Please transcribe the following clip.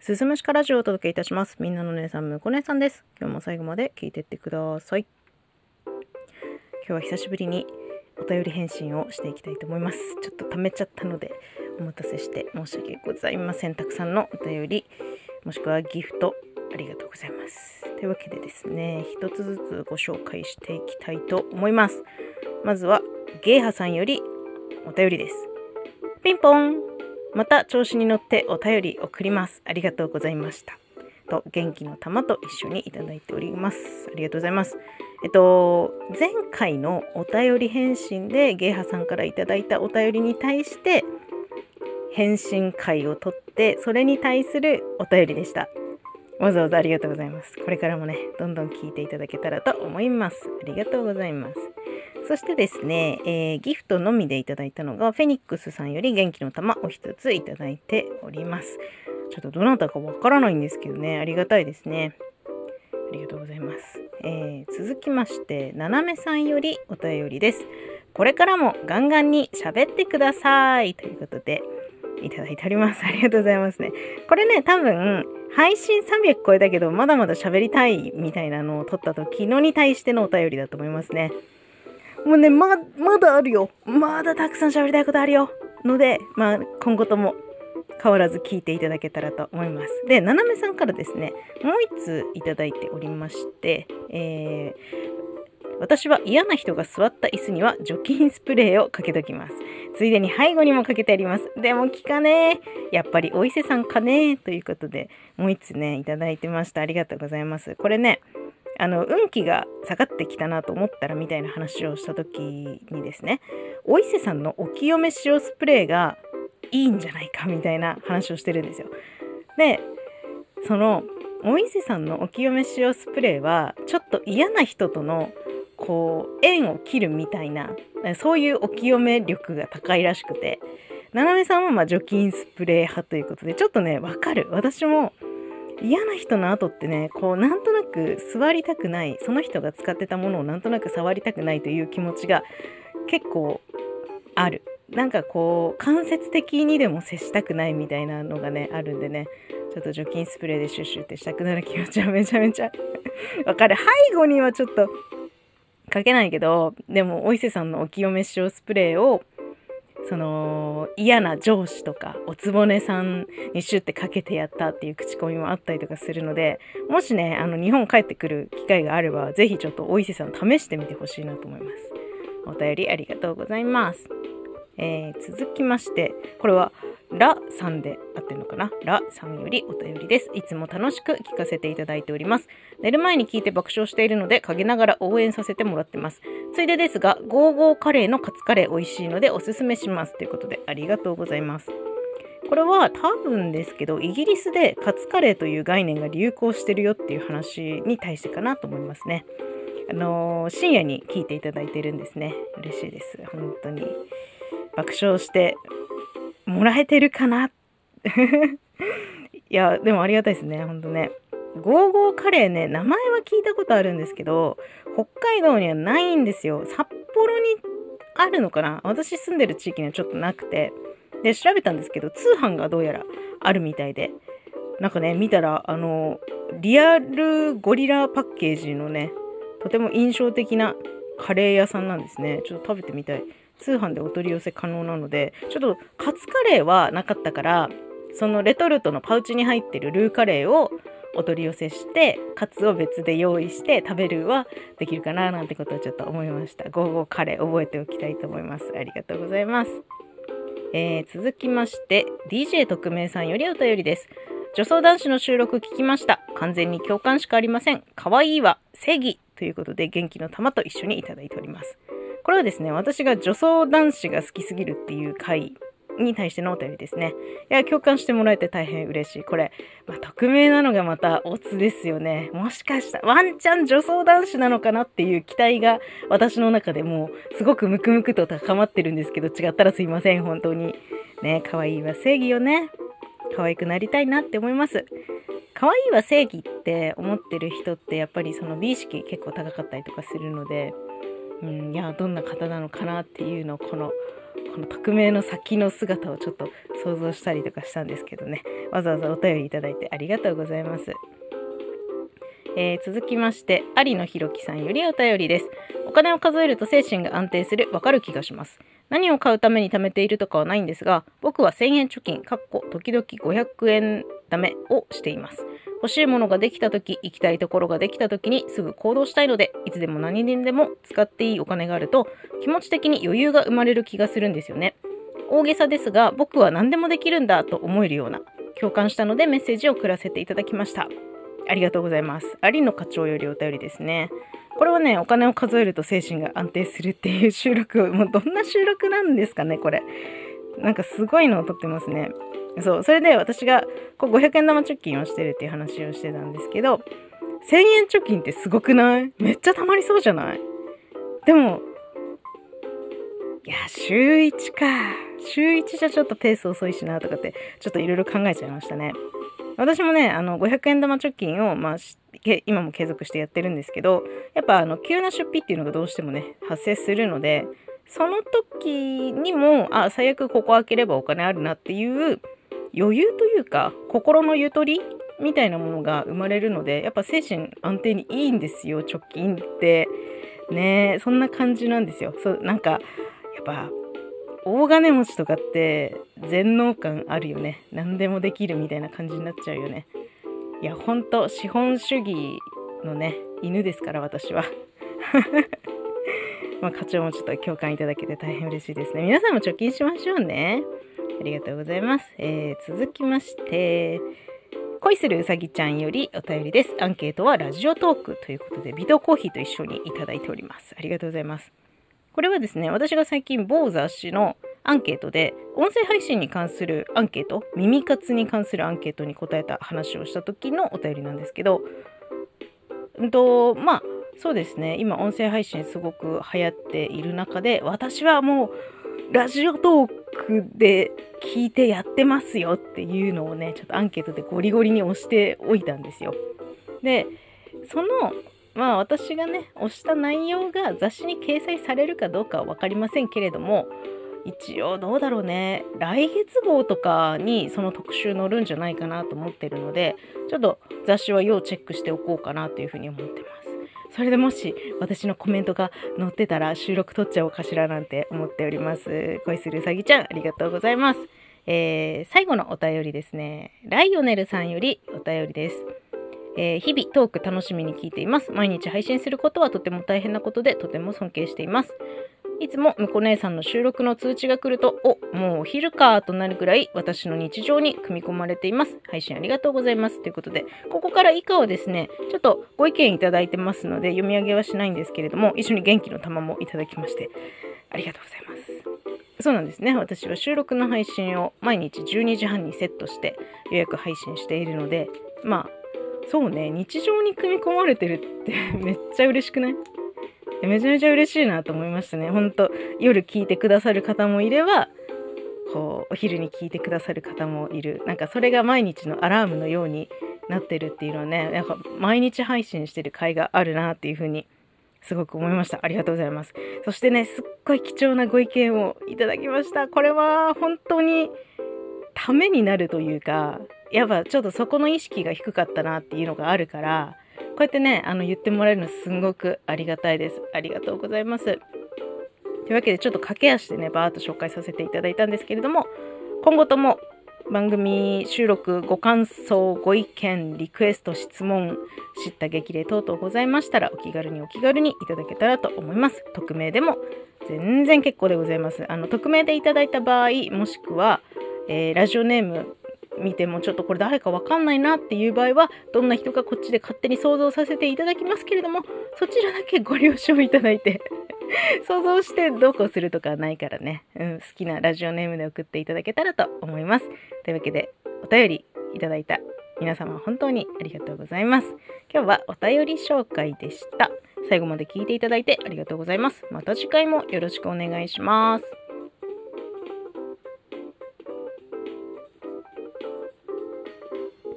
すすむしかラジオをお届けいたします。みんなの姉さん、むこ姉さんです。今日も最後まで聞いてってください。今日は久しぶりにお便り返信をしていきたいと思います。ちょっと溜めちゃったのでお待たせして申し訳ございません。たくさんのお便りもしくはギフトありがとうございます。というわけでですね、一つずつご紹介していきたいと思います。まずはゲイハさんよりお便りです。ピンポン、また調子に乗ってお便り送ります。ありがとうございました。と元気の玉と一緒にいただいております。ありがとうございます。前回のお便り返信でゲイハさんからいただいたお便りに対して返信会を取って、それに対するお便りでした。わざわざありがとうございます。これからもね、どんどん聞いていただけたらと思います。ありがとうございます。そしてですね、ギフトのみでいただいたのがフェニックスさんより元気の玉お一ついただいております。ちょっとどなたかわからないんですけどね、ありがたいですね。ありがとうございます。続きましてななめさんよりお便りです。これからもガンガンに喋ってくださいということでいただいております。ありがとうございますね。これね、多分配信300超えたけどまだまだ喋りたいみたいなのを撮った時のに対してのお便りだと思いますね。もうね、まだあるよ。まだたくさん喋りたいことあるよ。ので、今後とも変わらず聞いていただけたらと思います。で、ななめさんからですね、もう一ついただいておりまして、私は嫌な人が座った椅子には除菌スプレーをかけときます。ついでに背後にもかけてあります。でも効かねえ。やっぱりお伊勢さんかねえ。ということで、もう一つね、いただいてました。ありがとうございます。これね、運気が下がってきたなと思ったらみたいな話をした時にですね、お伊勢さんのお清め塩スプレーがいいんじゃないかみたいな話をしてるんですよ。で、そのお伊勢さんのお清め塩スプレーはちょっと嫌な人との縁を切るみたいな、そういうお清め力が高いらしくて、ななめさんは除菌スプレー派ということで、ちょっとね、わかる。私も嫌な人の後ってね、なんとなく座りたくない、その人が使ってたものをなんとなく触りたくないという気持ちが結構ある。なんか間接的にでも接したくないみたいなのがね、あるんでね、ちょっと除菌スプレーでシュッシュってしたくなる気持ちはめちゃめちゃわかる。背後にはちょっとかけないけど、でもお伊勢さんのお清め塩スプレーをその嫌な上司とかおつぼねさんにシュッてかけてやったっていう口コミもあったりとかするので、もしね日本帰ってくる機会があればぜひちょっとお伊勢さん試してみてほしいなと思います。お便りありがとうございます。続きまして、これはラさんで合ってるのかな、ラさんよりお便りです。いつも楽しく聞かせていただいております。寝る前に聞いて爆笑しているので陰ながら応援させてもらってます。ついでですがゴーゴーカレーのカツカレー美味しいのでおすすめしますということでありがとうございます。これは多分ですけどイギリスでカツカレーという概念が流行してるよっていう話に対してかなと思いますね。深夜に聞いていただいてるんですね。嬉しいです。本当に爆笑してもらえてるかないやでもありがたいですね。本当ね、ゴーゴーカレーね、名前は聞いたことあるんですけど北海道にはないんですよ。札幌にあるのかな。私住んでる地域にはちょっとなくて、で調べたんですけど通販がどうやらあるみたいで、なんかね見たらリアルゴリラパッケージのね、とても印象的なカレー屋さんなんですね。ちょっと食べてみたい。通販でお取り寄せ可能なので、ちょっとカツカレーはなかったから、そのレトルトのパウチに入ってるルーカレーをお取り寄せして、カツを別で用意して食べるはできるかななんてことはちょっと思いました。ゴーゴーカレー覚えておきたいと思います。ありがとうございます。続きまして DJ 特命さんよりお便りです。女装男子の収録聞きました。完全に共感しかありません。可愛いわ正義ということで元気の玉と一緒にいただいております。これはですね、私が女装男子が好きすぎるっていう回に対してのお便りですね。いや、共感してもらえて大変嬉しい。これ、匿名なのがまたオツですよね。もしかしたらワンチャン女装男子なのかなっていう期待が私の中でもうすごくムクムクと高まってるんですけど、違ったらすいません。本当にね、可愛いは正義よね。可愛くなりたいなって思います。可愛いは正義って思ってる人ってやっぱりその美意識結構高かったりとかするので、いやどんな方なのかなっていうのをこのこの匿名の先の姿をちょっと想像したりとかしたんですけどね、わざわざお便りいただいてありがとうございます。続きまして有野ひろきさんよりお便りです。お金を数えると精神が安定する、わかる気がします。何を買うために貯めているとかはないんですが、僕は1000円貯金時々500円貯めをしています。欲しいものができた時、行きたいところができた時にすぐ行動したいので、いつでも何にでも使っていいお金があると気持ち的に余裕が生まれる気がするんですよね。大げさですが、僕は何でもできるんだと思えるような、共感したのでメッセージを送らせていただきました。ありがとうございます。有野課長よりお便りですね。これはね、お金を数えると精神が安定するっていう収録、もうどんな収録なんですかね、これ。なんかすごいのを撮ってますね。それで私がこう500円玉貯金をしてるっていう話をしてたんですけど、1000円貯金ってすごくない？めっちゃたまりそうじゃない？でも、いや、週1か。週1じゃちょっとペース遅いしなとかって、ちょっといろいろ考えちゃいましたね。私もね、500円玉貯金を、今も継続してやってるんですけど、やっぱ急な出費っていうのがどうしてもね、発生するので、その時にも、最悪ここ開ければお金あるなっていう余裕というか、心のゆとりみたいなものが生まれるので、やっぱ精神安定にいいんですよ、貯金って。ね、そんな感じなんですよ。なんか、やっぱ、大金持ちとかって全能感あるよね。何でもできるみたいな感じになっちゃうよね。いや、ほんと資本主義のね、犬ですから私は。課長もちょっと共感いただけて大変嬉しいですね。皆さんも貯金しましょうね。ありがとうございます。続きまして、恋するうさぎちゃんよりお便りです。アンケートはラジオトークということで、微糖コーヒーと一緒にいただいております。ありがとうございます。これはですね、私が最近某雑誌のアンケートで音声配信に関するアンケート、耳活に関するアンケートに答えた話をした時のお便りなんですけど、そうですね、今音声配信すごく流行っている中で、私はもうラジオトークで聞いてやってますよっていうのをね、ちょっとアンケートでゴリゴリに押しておいたんですよ。で、私がね、押した内容が雑誌に掲載されるかどうかは分かりませんけれども、一応どうだろうね、来月号とかにその特集載るんじゃないかなと思ってるので、ちょっと雑誌は要チェックしておこうかなというふうに思ってます。それでもし私のコメントが載ってたら収録撮っちゃおうかしらなんて思っております。恋するうさぎちゃん、ありがとうございます。最後のお便りですね、ライオネルさんよりお便りです。日々トーク楽しみに聞いています。毎日配信することはとても大変なことでとても尊敬しています。いつもむこ姉さんの収録の通知が来ると、もうお昼かとなるくらい私の日常に組み込まれています。配信ありがとうございます。ということで、ここから以下はですね、ちょっとご意見いただいてますので読み上げはしないんですけれども、一緒に元気の玉もいただきましてありがとうございます。そうなんですね。私は収録の配信を毎日12時半にセットして予約配信しているので、そうね、日常に組み込まれてるってめっちゃ嬉しくない？めちゃめちゃ嬉しいなと思いましたね。本当夜聞いてくださる方もいれば、お昼に聞いてくださる方もいる。なんかそれが毎日のアラームのようになってるっていうのはね、なんか毎日配信してる甲斐があるなっていうふうにすごく思いました。ありがとうございます。そしてね、すっごい貴重なご意見をいただきました。これは本当にためになるというか、やっぱちょっとそこの意識が低かったなっていうのがあるから、こうやってね、言ってもらえるのすんごくありがたいです。ありがとうございます。というわけでちょっと駆け足でね、バーッと紹介させていただいたんですけれども、今後とも番組収録ご感想、ご意見、リクエスト、質問、知った激励等々ございましたらお気軽にいただけたらと思います。匿名でも全然結構でございます。匿名でいただいた場合、もしくは、ラジオネーム見てもちょっとこれ誰かわかんないなっていう場合は、どんな人かこっちで勝手に想像させていただきますけれども、そちらだけご了承いただいて想像してどうこうするとかはないからね、好きなラジオネームで送っていただけたらと思います。というわけでお便りいただいた皆様本当にありがとうございます。今日はお便り紹介でした。最後まで聞いていただいてありがとうございます。また次回もよろしくお願いします。